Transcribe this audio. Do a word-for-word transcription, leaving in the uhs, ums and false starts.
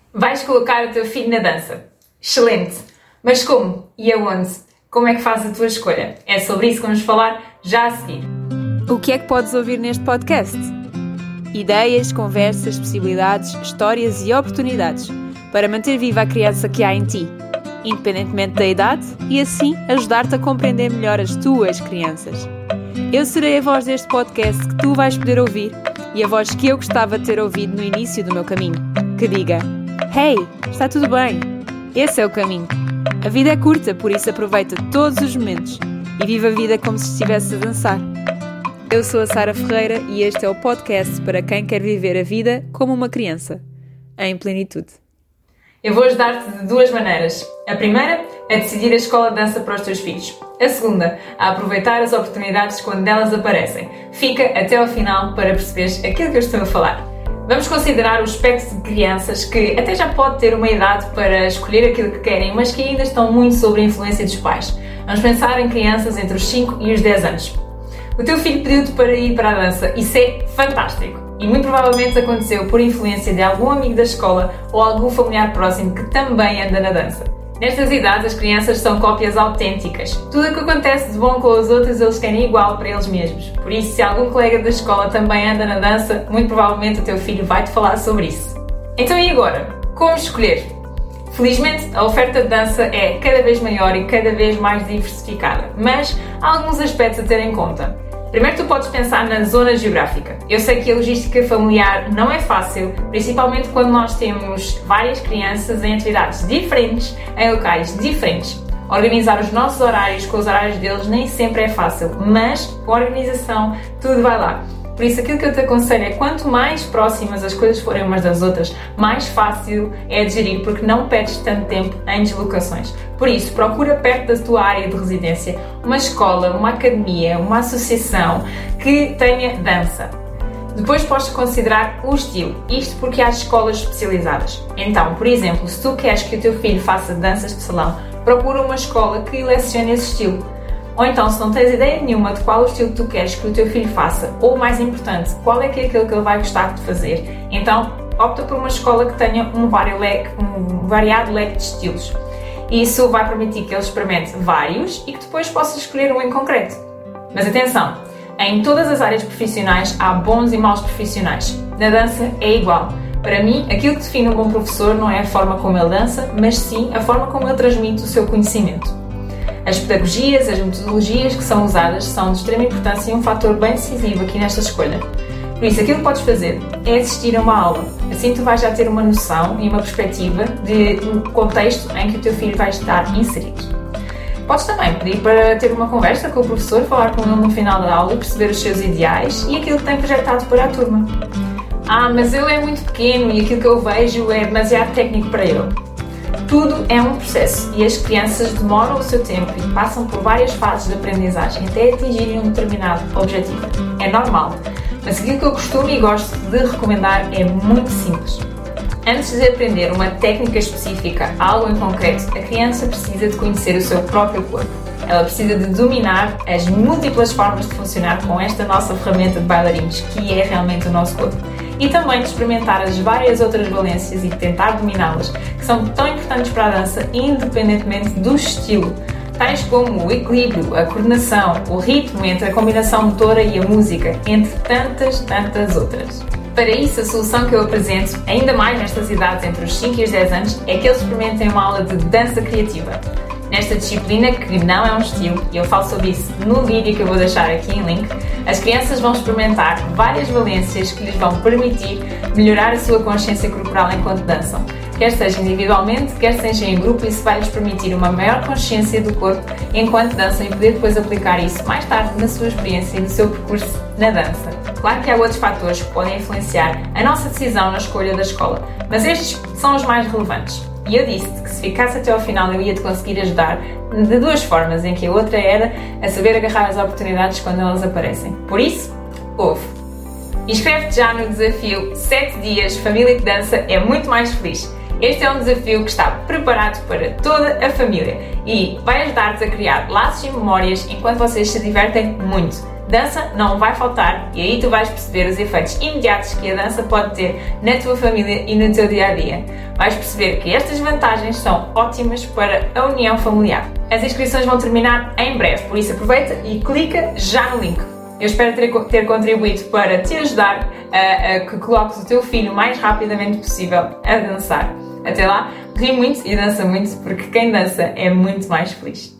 Vais colocar o teu filho na dança. Excelente! Mas como? E aonde? Como é que fazes a tua escolha? É sobre isso que vamos falar já a seguir. O que é que podes ouvir neste podcast? Ideias, conversas, possibilidades, histórias e oportunidades para manter viva a criança que há em ti, independentemente da idade, e assim ajudar-te a compreender melhor as tuas crianças. Eu serei a voz deste podcast que tu vais poder ouvir e a voz que eu gostava de ter ouvido no início do meu caminho, que diga: Hey, está tudo bem? Esse é o caminho. A vida é curta, por isso aproveita todos os momentos e vive a vida como se estivesse a dançar. Eu sou a Sara Ferreira e este é o podcast para quem quer viver a vida como uma criança, em plenitude. Eu vou ajudar-te de duas maneiras. A primeira é decidir a escola de dança para os teus filhos. A segunda, a aproveitar as oportunidades quando elas aparecem. Fica até ao final para perceberes aquilo que eu estou a falar. Vamos considerar o espectro de crianças que até já pode ter uma idade para escolher aquilo que querem, mas que ainda estão muito sob a influência dos pais. Vamos pensar em crianças entre os cinco e os dez anos. O teu filho pediu-te para ir para a dança. Isso é fantástico! E muito provavelmente aconteceu por influência de algum amigo da escola ou algum familiar próximo que também anda na dança. Nestas idades, as crianças são cópias autênticas. Tudo o que acontece de bom com os outros, eles querem igual para eles mesmos. Por isso, se algum colega da escola também anda na dança, muito provavelmente o teu filho vai-te falar sobre isso. Então e agora? Como escolher? Felizmente, a oferta de dança é cada vez maior e cada vez mais diversificada, mas há alguns aspectos a ter em conta. Primeiro, tu podes pensar na zona geográfica. Eu sei que a logística familiar não é fácil, principalmente quando nós temos várias crianças em atividades diferentes, em locais diferentes. Organizar os nossos horários com os horários deles nem sempre é fácil, mas com a organização tudo vai lá. Por isso, aquilo que eu te aconselho é quanto mais próximas as coisas forem umas das outras, mais fácil é de gerir, porque não perdes tanto tempo em deslocações. Por isso, procura perto da tua área de residência uma escola, uma academia, uma associação que tenha dança. Depois podes considerar o estilo, isto porque há escolas especializadas. Então, por exemplo, se tu queres que o teu filho faça danças de salão, procura uma escola que lecione esse estilo. Ou então, se não tens ideia nenhuma de qual o estilo que tu queres que o teu filho faça, ou mais importante, qual é que é aquilo que ele vai gostar de fazer, então opta por uma escola que tenha um, vario leque, um variado leque de estilos. Isso vai permitir que ele experimente vários e que depois possa escolher um em concreto. Mas atenção, em todas as áreas profissionais há bons e maus profissionais. Na dança é igual. Para mim, aquilo que define um bom professor não é a forma como ele dança, mas sim a forma como ele transmite o seu conhecimento. As pedagogias, as metodologias que são usadas são de extrema importância e um fator bem decisivo aqui nesta escolha. Por isso, aquilo que podes fazer é assistir a uma aula. Assim tu vais já ter uma noção e uma perspectiva de um contexto em que o teu filho vai estar inserido. Podes também pedir para ter uma conversa com o professor, falar com ele no final da aula e perceber os seus ideais e aquilo que tem projetado para a turma. Ah, mas ele é muito pequeno e aquilo que eu vejo é demasiado técnico para ele. Tudo é um processo e as crianças demoram o seu tempo e passam por várias fases de aprendizagem até atingirem um determinado objetivo. É normal, mas aquilo que eu costumo e gosto de recomendar é muito simples. Antes de aprender uma técnica específica, algo em concreto, a criança precisa de conhecer o seu próprio corpo. Ela precisa de dominar as múltiplas formas de funcionar com esta nossa ferramenta de bailarinos, que é realmente o nosso corpo. E também de experimentar as várias outras valências e de tentar dominá-las, que são tão importantes para a dança, independentemente do estilo, tais como o equilíbrio, a coordenação, o ritmo entre a combinação motora e a música, entre tantas, tantas outras. Para isso, a solução que eu apresento, ainda mais nestas idades entre os cinco e os dez anos, é que eles experimentem uma aula de dança criativa. Nesta disciplina, que não é um estilo, e eu falo sobre isso no vídeo que eu vou deixar aqui em link, as crianças vão experimentar várias valências que lhes vão permitir melhorar a sua consciência corporal enquanto dançam. Quer seja individualmente, quer seja em grupo, isso vai lhes permitir uma maior consciência do corpo enquanto dançam e poder depois aplicar isso mais tarde na sua experiência e no seu percurso na dança. Claro que há outros fatores que podem influenciar a nossa decisão na escolha da escola, mas estes são os mais relevantes. E eu disse-te que se ficasse até ao final eu ia-te conseguir ajudar de duas formas, em que a outra era a saber agarrar as oportunidades quando elas aparecem. Por isso, ouve! Inscreve-te já no desafio sete dias Família que Dança é muito mais feliz. Este é um desafio que está preparado para toda a família e vai ajudar-te a criar laços e memórias enquanto vocês se divertem muito. Dança não vai faltar e aí tu vais perceber os efeitos imediatos que a dança pode ter na tua família e no teu dia-a-dia. Vais perceber que estas vantagens são ótimas para a união familiar. As inscrições vão terminar em breve, por isso aproveita e clica já no link. Eu espero ter, ter contribuído para te ajudar a, a que coloques o teu filho o mais rapidamente possível a dançar. Até lá, ri muito e dança muito, porque quem dança é muito mais feliz.